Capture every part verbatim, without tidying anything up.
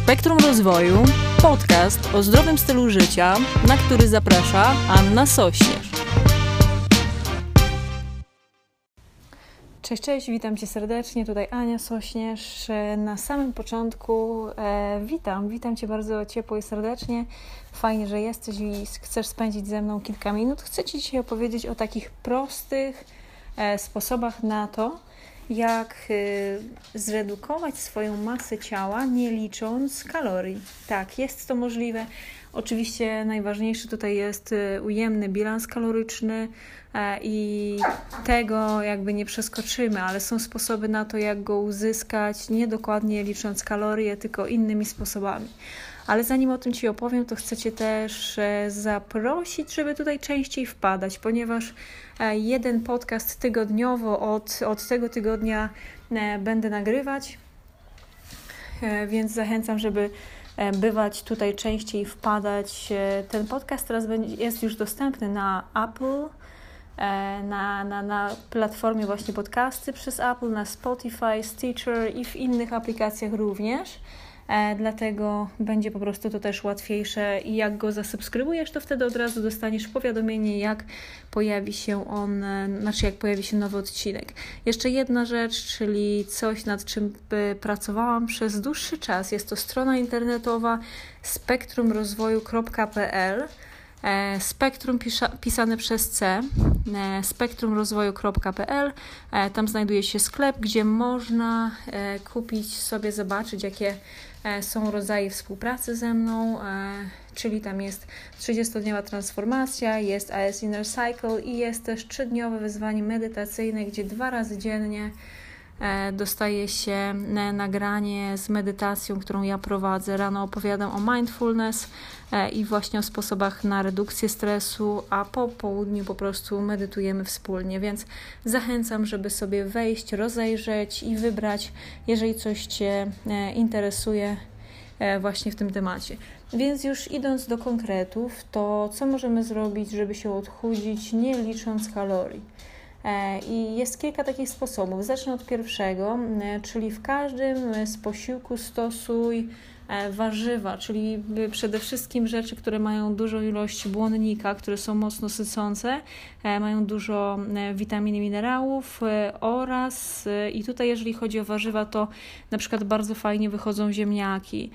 Spektrum Rozwoju, podcast o zdrowym stylu życia, na który zaprasza Anna Sośnierz. Cześć, cześć, witam Cię serdecznie, tutaj Ania Sośnierz. Na samym początku e, witam, witam Cię bardzo ciepło i serdecznie. Fajnie, że jesteś i chcesz spędzić ze mną kilka minut. Chcę Ci dzisiaj opowiedzieć o takich prostych e, sposobach na to, jak y, zredukować swoją masę ciała, nie licząc kalorii. Tak, jest to możliwe. Oczywiście najważniejszy tutaj jest y, ujemny bilans kaloryczny y, i tego jakby nie przeskoczymy, ale są sposoby na to, jak go uzyskać, nie dokładnie licząc kalorie, tylko innymi sposobami. Ale zanim o tym Ci opowiem, to chcę Cię też zaprosić, żeby tutaj częściej wpadać, ponieważ jeden podcast tygodniowo od, od tego tygodnia będę nagrywać, więc zachęcam, żeby bywać tutaj częściej, wpadać. Ten podcast teraz jest już dostępny na Apple, na, na, na platformie właśnie podcasty przez Apple, na Spotify, Stitcher i w innych aplikacjach również. E, dlatego będzie po prostu to też łatwiejsze i jak go zasubskrybujesz, to wtedy od razu dostaniesz powiadomienie, jak pojawi się on, e, znaczy jak pojawi się nowy odcinek. Jeszcze jedna rzecz, czyli coś, nad czym pracowałam przez dłuższy czas. Jest to strona internetowa spektrum rozwoju kropka p l. E, spektrum pisza, pisane przez C, e, spektrum rozwoju kropka p l. E, tam znajduje się sklep, gdzie można e, kupić sobie, zobaczyć, jakie e, są rodzaje współpracy ze mną, e, czyli tam jest trzydziestodniowa transformacja, jest A S Inner Cycle i jest też trzydniowe wyzwanie medytacyjne, gdzie dwa razy dziennie dostaje się nagranie z medytacją, którą ja prowadzę. Rano opowiadam o mindfulness i właśnie o sposobach na redukcję stresu, a po południu po prostu medytujemy wspólnie, więc zachęcam, żeby sobie wejść, rozejrzeć i wybrać, jeżeli coś Cię interesuje właśnie w tym temacie. Więc już idąc do konkretów, to co możemy zrobić, żeby się odchudzić, nie licząc kalorii? I jest kilka takich sposobów. Zacznę od pierwszego, czyli w każdym z posiłku stosuj warzywa, czyli przede wszystkim rzeczy, które mają dużą ilość błonnika, które są mocno sycące, mają dużo witamin i minerałów oraz i tutaj jeżeli chodzi o warzywa, to na przykład bardzo fajnie wychodzą ziemniaki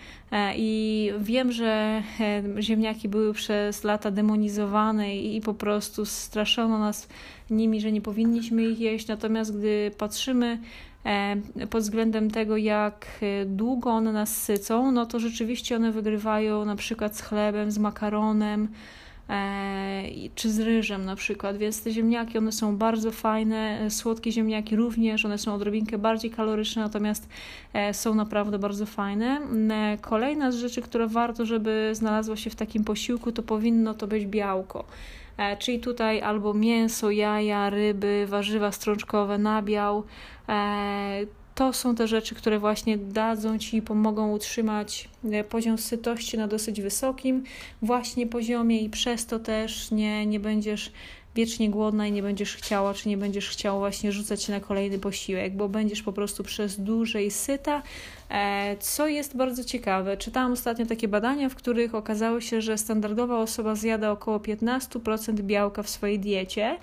i wiem, że ziemniaki były przez lata demonizowane i po prostu straszono nas nimi, że nie powinniśmy ich jeść, natomiast gdy patrzymy pod względem tego, jak długo one nas sycą, no to rzeczywiście one wygrywają na przykład z chlebem, z makaronem e, czy z ryżem na przykład, więc te ziemniaki, one są bardzo fajne, słodkie ziemniaki również, one są odrobinkę bardziej kaloryczne, natomiast e, są naprawdę bardzo fajne. E, kolejna z rzeczy, która warto, żeby znalazła się w takim posiłku, to powinno to być białko. E, czyli tutaj albo mięso, jaja, ryby, warzywa strączkowe, nabiał. E, to są te rzeczy, które właśnie dadzą Ci i pomogą utrzymać poziom sytości na dosyć wysokim właśnie poziomie i przez to też nie, nie będziesz wiecznie głodna i nie będziesz chciała, czy nie będziesz chciała właśnie rzucać się na kolejny posiłek, bo będziesz po prostu przez dłużej syta, co jest bardzo ciekawe. Czytałam ostatnio takie badania, w których okazało się, że standardowa osoba zjada około piętnaście procent białka w swojej diecie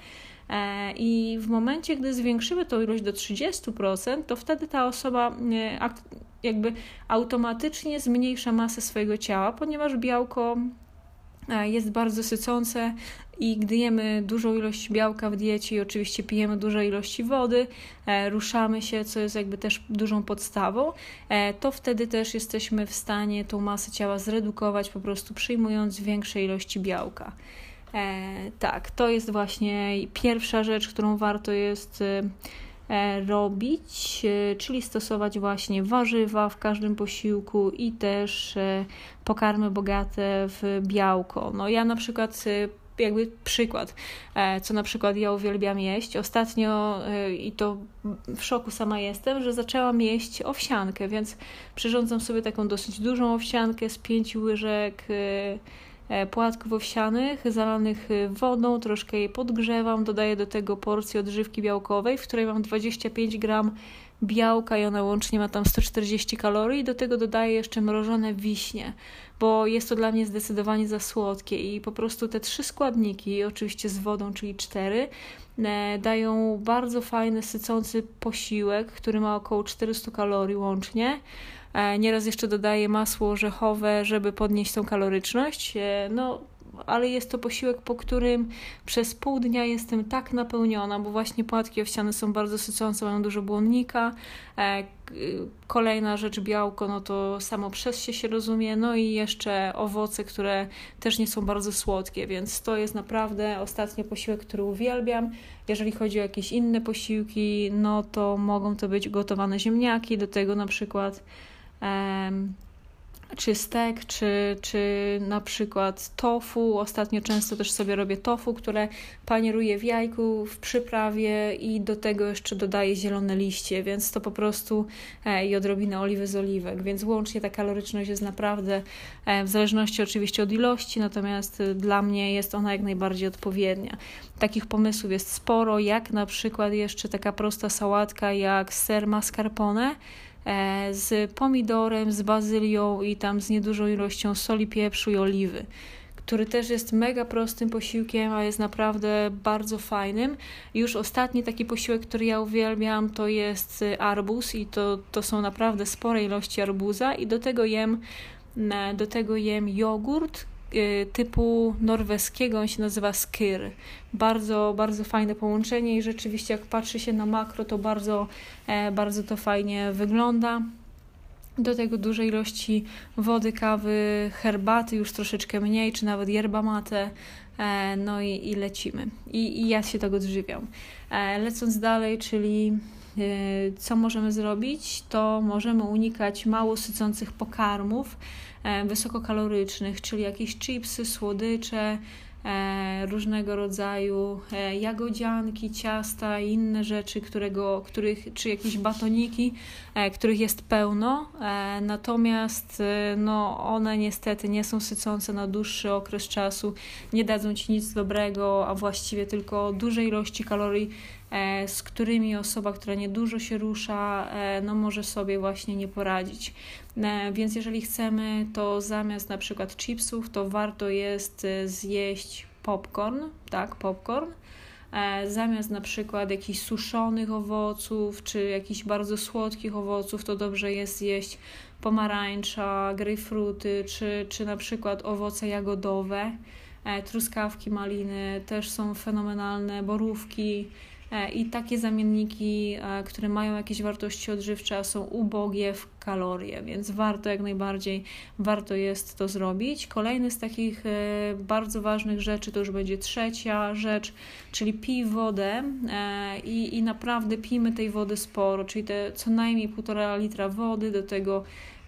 i w momencie, gdy zwiększymy tą ilość do trzydzieści procent, to wtedy ta osoba jakby automatycznie zmniejsza masę swojego ciała, ponieważ białko jest bardzo sycące i gdy jemy dużą ilość białka w diecie i oczywiście pijemy duże ilości wody, e, ruszamy się, co jest jakby też dużą podstawą, e, to wtedy też jesteśmy w stanie tą masę ciała zredukować, po prostu przyjmując większe ilości białka. E, tak, to jest właśnie pierwsza rzecz, którą warto jest e, robić, e, czyli stosować właśnie warzywa w każdym posiłku i też e, pokarmy bogate w białko. No ja na przykład e, jakby przykład, co na przykład ja uwielbiam jeść. Ostatnio, i to w szoku sama jestem, że zaczęłam jeść owsiankę, więc przyrządzam sobie taką dosyć dużą owsiankę z pięciu łyżek płatków owsianych zalanych wodą, troszkę je podgrzewam, dodaję do tego porcję odżywki białkowej, w której mam dwadzieścia pięć gram białka i ona łącznie ma tam sto czterdzieści kalorii. Do tego dodaję jeszcze mrożone wiśnie, bo jest to dla mnie zdecydowanie za słodkie i po prostu te trzy składniki, oczywiście z wodą, czyli cztery, dają bardzo fajny, sycący posiłek, który ma około czterysta kalorii łącznie. Nieraz jeszcze dodaję masło orzechowe, żeby podnieść tą kaloryczność. No, ale jest to posiłek, po którym przez pół dnia jestem tak napełniona, bo właśnie płatki owsiane są bardzo sycące, mają dużo błonnika. Kolejna rzecz, białko, no to samo przez się się rozumie, no i jeszcze owoce, które też nie są bardzo słodkie, więc to jest naprawdę ostatnio posiłek, który uwielbiam. Jeżeli chodzi o jakieś inne posiłki, no to mogą to być gotowane ziemniaki, do tego na przykład um, czy stek, czy, czy na przykład tofu. Ostatnio często też sobie robię tofu, które panieruję w jajku, w przyprawie i do tego jeszcze dodaję zielone liście, więc to po prostu e, i odrobinę oliwy z oliwek, więc łącznie ta kaloryczność jest naprawdę e, w zależności oczywiście od ilości, natomiast dla mnie jest ona jak najbardziej odpowiednia. Takich pomysłów jest sporo, jak na przykład jeszcze taka prosta sałatka jak ser mascarpone, z pomidorem, z bazylią i tam z niedużą ilością soli, pieprzu i oliwy, który też jest mega prostym posiłkiem, a jest naprawdę bardzo fajnym. Już ostatni taki posiłek, który ja uwielbiam, to jest arbuz i to, to są naprawdę spore ilości arbuza i do tego jem, do tego jem jogurt typu norweskiego, on się nazywa skyr. Bardzo, bardzo fajne połączenie i rzeczywiście jak patrzy się na makro, to bardzo, bardzo to fajnie wygląda. Do tego duże ilości wody, kawy, herbaty, już troszeczkę mniej, czy nawet yerba mate, no i, i lecimy. I, I ja się tego odżywiam. Lecąc dalej, czyli co możemy zrobić, to możemy unikać mało sycących pokarmów, wysokokalorycznych, czyli jakieś chipsy, słodycze, różnego rodzaju jagodzianki, ciasta i inne rzeczy, którego, których, czy jakieś batoniki, których jest pełno, natomiast no, one niestety nie są sycące na dłuższy okres czasu, nie dadzą Ci nic dobrego, a właściwie tylko duże ilości kalorii, z którymi osoba, która niedużo się rusza, no może sobie właśnie nie poradzić. Więc jeżeli chcemy, to zamiast na przykład chipsów, to warto jest zjeść popcorn, tak, popcorn. Zamiast na przykład jakichś suszonych owoców, czy jakichś bardzo słodkich owoców, to dobrze jest zjeść pomarańcza, grejpfruty, czy, czy na przykład owoce jagodowe. Truskawki, maliny też są fenomenalne, borówki. I takie zamienniki, które mają jakieś wartości odżywcze, a są ubogie w kalorie, więc warto jak najbardziej, warto jest to zrobić. Kolejny z takich bardzo ważnych rzeczy, to już będzie trzecia rzecz, czyli pij wodę i, i naprawdę pijmy tej wody sporo, czyli te co najmniej półtora litra wody, do tego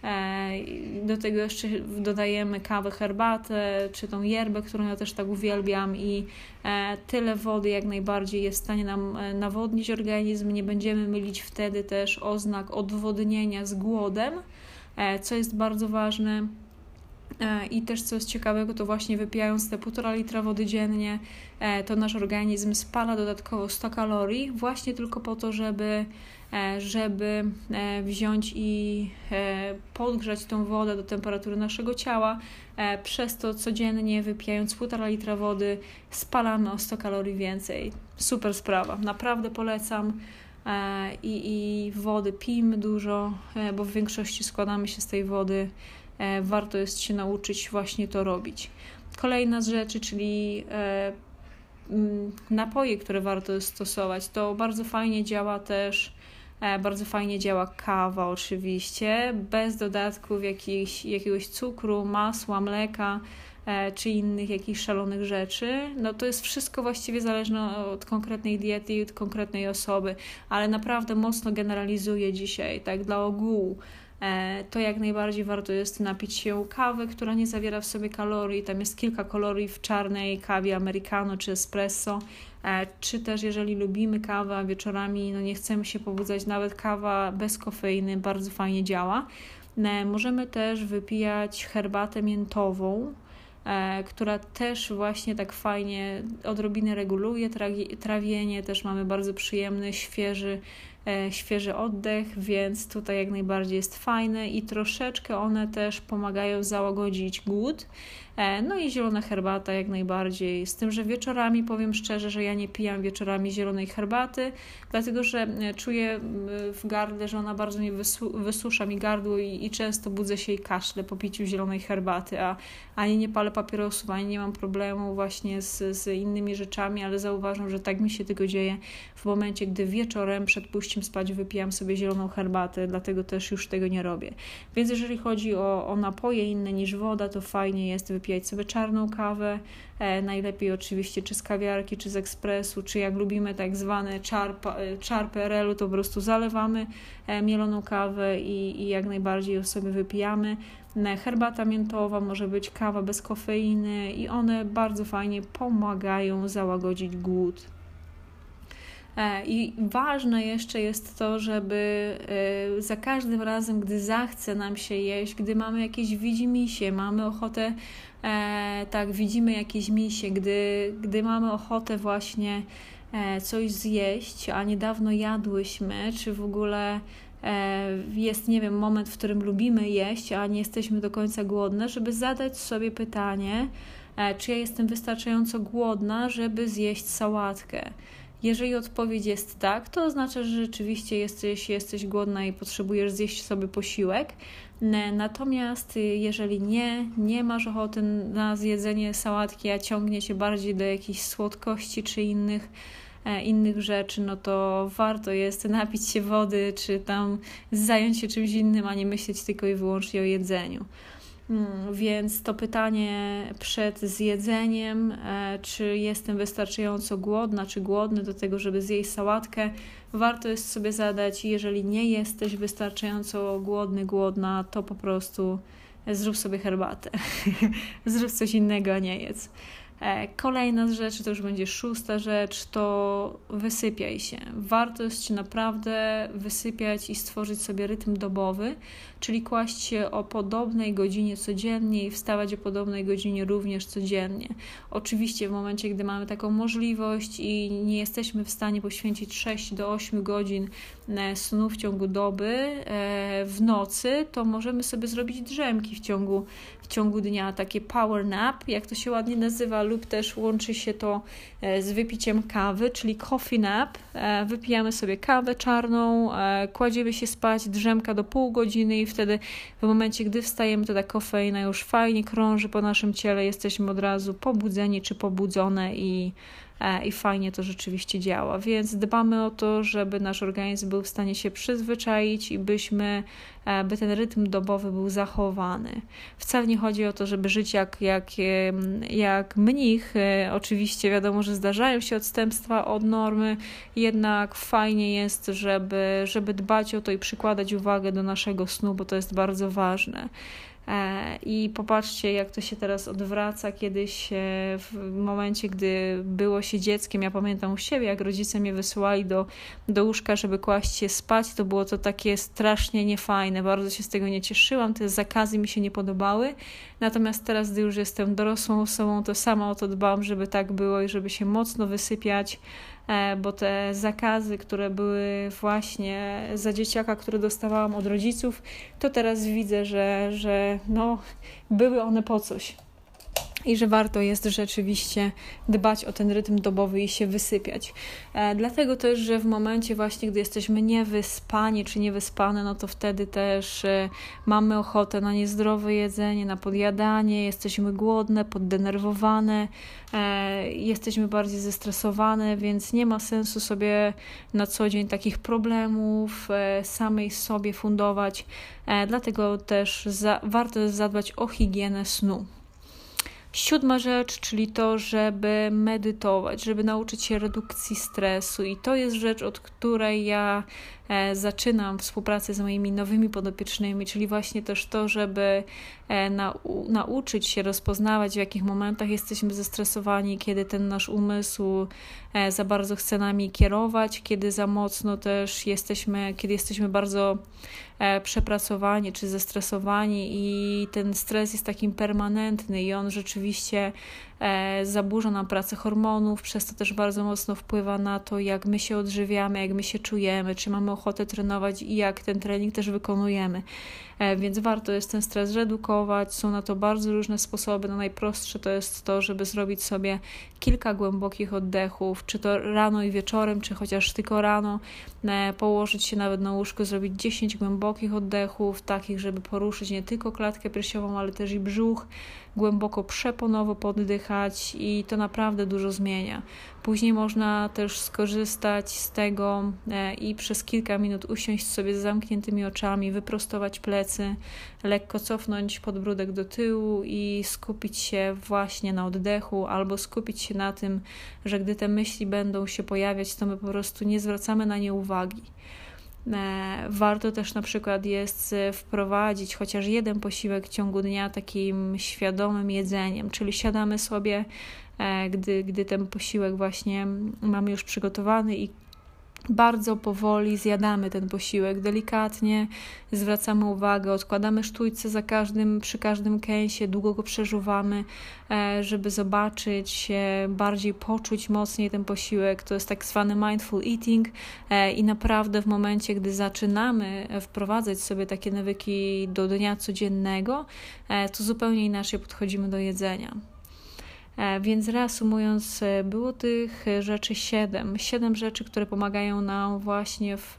do tego jeszcze dodajemy kawę, herbatę, czy tą yerbę, którą ja też tak uwielbiam i tyle wody jak najbardziej jest w stanie nam nawodnić organizm. Nie będziemy mylić wtedy też oznak odwodnienia z głodem, co jest bardzo ważne. I też co jest ciekawego, to właśnie wypijając te półtora litra wody dziennie, to nasz organizm spala dodatkowo sto kalorii właśnie tylko po to, żeby, żeby wziąć i podgrzać tą wodę do temperatury naszego ciała. Przez to codziennie wypijając półtora litra wody spalamy o sto kalorii więcej. Super sprawa, naprawdę polecam. I, i wody pijmy dużo, bo w większości składamy się z tej wody. Warto jest się nauczyć właśnie to robić. Kolejna z rzeczy, czyli napoje, które warto jest stosować, to bardzo fajnie działa też, bardzo fajnie działa kawa oczywiście, bez dodatków jakichś, jakiegoś cukru, masła, mleka, czy innych jakichś szalonych rzeczy. No to jest wszystko właściwie zależne od konkretnej diety i od konkretnej osoby, ale naprawdę mocno generalizuję dzisiaj, tak dla ogółu. To jak najbardziej warto jest napić się kawy, która nie zawiera w sobie kalorii. Tam jest kilka kalorii w czarnej kawie americano czy espresso, czy też jeżeli lubimy kawę, a wieczorami no nie chcemy się pobudzać, nawet kawa bez kofeiny bardzo fajnie działa. Możemy też wypijać herbatę miętową, e, która też właśnie tak fajnie odrobinę reguluje tragi- trawienie, też mamy bardzo przyjemny, świeży, e, świeży oddech, więc tutaj jak najbardziej jest fajne i troszeczkę one też pomagają załagodzić głód. E, no i zielona herbata jak najbardziej, z tym, że wieczorami powiem szczerze, że ja nie pijam wieczorami zielonej herbaty, dlatego że czuję w gardle, że ona bardzo mi wysu- wysusza mi gardło i, i często budzę się i kaszlę po piciu zielonej herbaty, a ani nie palę papierosów, ani nie mam problemu właśnie z, z innymi rzeczami, ale zauważam, że tak mi się tylko dzieje w momencie, gdy wieczorem przed pójściem spać wypijam sobie zieloną herbatę, dlatego też już tego nie robię. Więc jeżeli chodzi o, o napoje inne niż woda, to fajnie jest wypijać sobie czarną kawę, e, najlepiej oczywiście czy z kawiarki, czy z ekspresu, czy jak lubimy tak zwane czar, czar P R L-u, to po prostu zalewamy e, mieloną kawę i, i jak najbardziej ją sobie wypijamy. Herbata miętowa, może być kawa bez kofeiny i one bardzo fajnie pomagają załagodzić głód. I ważne jeszcze jest to, żeby za każdym razem, gdy zachce nam się jeść, gdy mamy jakieś widzimisię, mamy ochotę, tak, widzimy jakieś misie, gdy, gdy mamy ochotę właśnie coś zjeść, a niedawno jadłyśmy, czy w ogóle jest, nie wiem, moment, w którym lubimy jeść, a nie jesteśmy do końca głodne, żeby zadać sobie pytanie, czy ja jestem wystarczająco głodna, żeby zjeść sałatkę. Jeżeli odpowiedź jest tak, to oznacza, że rzeczywiście jesteś, jesteś głodna i potrzebujesz zjeść sobie posiłek. Natomiast jeżeli nie, nie masz ochoty na zjedzenie sałatki, a ciągnie cię bardziej do jakichś słodkości czy innych, innych rzeczy, no to warto jest napić się wody, czy tam zająć się czymś innym, a nie myśleć tylko i wyłącznie o jedzeniu. Więc to pytanie przed zjedzeniem, czy jestem wystarczająco głodna, czy głodny do tego, żeby zjeść sałatkę, warto jest sobie zadać. Jeżeli nie jesteś wystarczająco głodny, głodna, to po prostu zrób sobie herbatę. Zrób coś innego, a nie jedz. Kolejna z rzeczy, to już będzie szósta rzecz, to wysypiaj się. Warto jest się naprawdę wysypiać i stworzyć sobie rytm dobowy, czyli kłaść się o podobnej godzinie codziennie i wstawać o podobnej godzinie również codziennie. Oczywiście w momencie, gdy mamy taką możliwość i nie jesteśmy w stanie poświęcić sześć do ośmiu godzin snu w ciągu doby, w nocy, to możemy sobie zrobić drzemki w ciągu, w ciągu dnia, takie power nap, jak to się ładnie nazywa, lub też łączy się to z wypiciem kawy, czyli coffee nap. Wypijamy sobie kawę czarną, kładziemy się spać, drzemka do pół godziny i wtedy w momencie, gdy wstajemy, to ta kofeina już fajnie krąży po naszym ciele, jesteśmy od razu pobudzeni czy pobudzone i i fajnie to rzeczywiście działa, więc dbamy o to, żeby nasz organizm był w stanie się przyzwyczaić i byśmy, by ten rytm dobowy był zachowany. Wcale nie chodzi o to, żeby żyć jak, jak, jak mnich. Oczywiście wiadomo, że zdarzają się odstępstwa od normy, jednak fajnie jest, żeby, żeby dbać o to i przykładać uwagę do naszego snu, bo to jest bardzo ważne. I popatrzcie, jak to się teraz odwraca. Kiedyś w momencie, gdy było się dzieckiem, ja pamiętam u siebie, jak rodzice mnie wysyłali do, do łóżka, żeby kłaść się spać, to było to takie strasznie niefajne, bardzo się z tego nie cieszyłam, te zakazy mi się nie podobały, natomiast teraz, gdy już jestem dorosłą osobą, to sama o to dbam, żeby tak było i żeby się mocno wysypiać, bo te zakazy, które były właśnie za dzieciaka, które dostawałam od rodziców, to teraz widzę, że, że no, były one po coś. I że warto jest rzeczywiście dbać o ten rytm dobowy i się wysypiać. E, dlatego też, że w momencie właśnie, gdy jesteśmy niewyspani czy niewyspane, no to wtedy też e, mamy ochotę na niezdrowe jedzenie, na podjadanie, jesteśmy głodne, poddenerwowane, e, jesteśmy bardziej zestresowane, więc nie ma sensu sobie na co dzień takich problemów e, samej sobie fundować. E, dlatego też za, warto jest zadbać o higienę snu. Siódma rzecz, czyli to, żeby medytować, żeby nauczyć się redukcji stresu i to jest rzecz, od której ja e, zaczynam współpracę z moimi nowymi podopiecznymi, czyli właśnie też to, żeby e, nau- nauczyć się rozpoznawać, w jakich momentach jesteśmy zestresowani, kiedy ten nasz umysł e, za bardzo chce nami kierować, kiedy za mocno też jesteśmy, kiedy jesteśmy bardzo e, przepracowani czy zestresowani i ten stres jest takim permanentny i on rzeczywiście oczywiście e, zaburza nam pracę hormonów, przez to też bardzo mocno wpływa na to, jak my się odżywiamy, jak my się czujemy, czy mamy ochotę trenować i jak ten trening też wykonujemy. E, więc warto jest ten stres redukować. Są na to bardzo różne sposoby. No najprostsze to jest to, żeby zrobić sobie kilka głębokich oddechów, czy to rano i wieczorem, czy chociaż tylko rano, e, położyć się nawet na łóżku, zrobić dziesięć głębokich oddechów, takich, żeby poruszyć nie tylko klatkę piersiową, ale też i brzuch, głęboko przeponowo poddychać i to naprawdę dużo zmienia. Później można też skorzystać z tego e, i przez kilka minut usiąść sobie z zamkniętymi oczami, wyprostować plecy, lekko cofnąć podbródek do tyłu i skupić się właśnie na oddechu albo skupić się na tym, że gdy te myśli będą się pojawiać, to my po prostu nie zwracamy na nie uwagi. Warto też na przykład jest wprowadzić chociaż jeden posiłek w ciągu dnia takim świadomym jedzeniem, czyli siadamy sobie, gdy, gdy ten posiłek właśnie mamy już przygotowany i bardzo powoli zjadamy ten posiłek, delikatnie zwracamy uwagę, odkładamy sztućce za każdym, przy każdym kęsie, długo go przeżuwamy, żeby zobaczyć, bardziej poczuć mocniej ten posiłek. To jest tak zwany mindful eating i naprawdę w momencie, gdy zaczynamy wprowadzać sobie takie nawyki do dnia codziennego, to zupełnie inaczej podchodzimy do jedzenia. Więc reasumując, było tych rzeczy siedem. Siedem rzeczy, które pomagają nam właśnie w,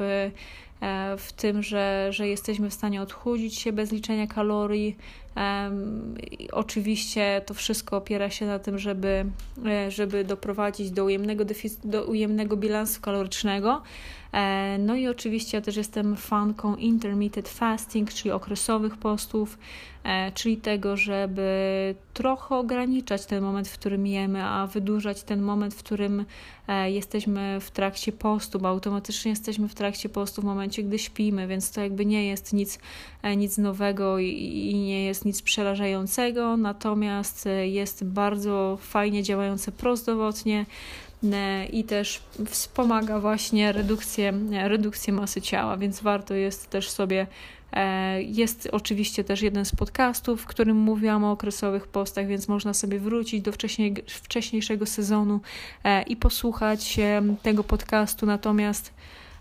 w tym, że, że jesteśmy w stanie odchudzić się bez liczenia kalorii. Um, oczywiście to wszystko opiera się na tym, żeby, żeby doprowadzić do ujemnego, defic- do ujemnego bilansu kalorycznego. No i oczywiście ja też jestem fanką intermittent fasting, czyli okresowych postów, czyli tego, żeby trochę ograniczać ten moment, w którym jemy, a wydłużać ten moment, w którym jesteśmy w trakcie postu, bo automatycznie jesteśmy w trakcie postu w momencie, gdy śpimy, więc to jakby nie jest nic, nic nowego i, i nie jest nic przerażającego, natomiast jest bardzo fajnie działające prozdrowotnie i też wspomaga właśnie redukcję, redukcję masy ciała, więc warto jest też sobie, jest oczywiście też jeden z podcastów, w którym mówiłam o okresowych postach, więc można sobie wrócić do wcześniej, wcześniejszego sezonu i posłuchać tego podcastu, natomiast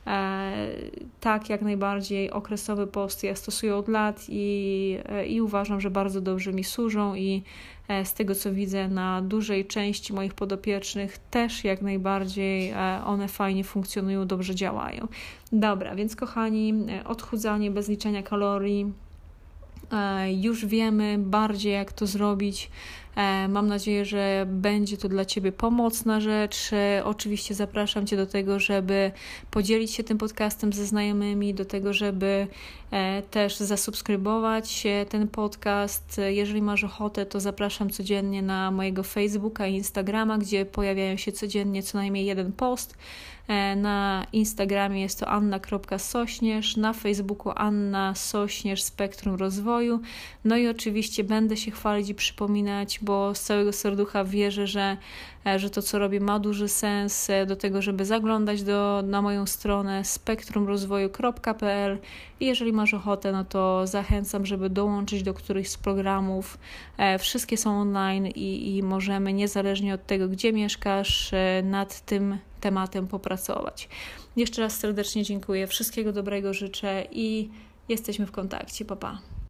tak, jak najbardziej okresowy post ja stosuję od lat i, i uważam, że bardzo dobrze mi służą i z tego, co widzę na dużej części moich podopiecznych też jak najbardziej one fajnie funkcjonują, dobrze działają. Dobra, więc kochani, odchudzanie bez liczenia kalorii, już wiemy bardziej, jak to zrobić. Mam nadzieję, że będzie to dla Ciebie pomocna rzecz. Oczywiście zapraszam Cię do tego, żeby podzielić się tym podcastem ze znajomymi, do tego, żeby też zasubskrybować ten podcast. Jeżeli masz ochotę, to zapraszam codziennie na mojego Facebooka i Instagrama, gdzie pojawiają się codziennie co najmniej jeden post. Na Instagramie jest to anna kropka sośnierz, na Facebooku Anna Sośnierz Spektrum Rozwoju. No i oczywiście będę się chwalić i przypominać, bo z całego serducha wierzę, że, że to, co robię, ma duży sens, do tego, żeby zaglądać do, na moją stronę spektrum rozwoju kropka p l i jeżeli masz ochotę, no to zachęcam, żeby dołączyć do którychś z programów. Wszystkie są online i, i możemy niezależnie od tego, gdzie mieszkasz, nad tym tematem popracować. Jeszcze raz serdecznie dziękuję, wszystkiego dobrego życzę i jesteśmy w kontakcie. Pa, pa.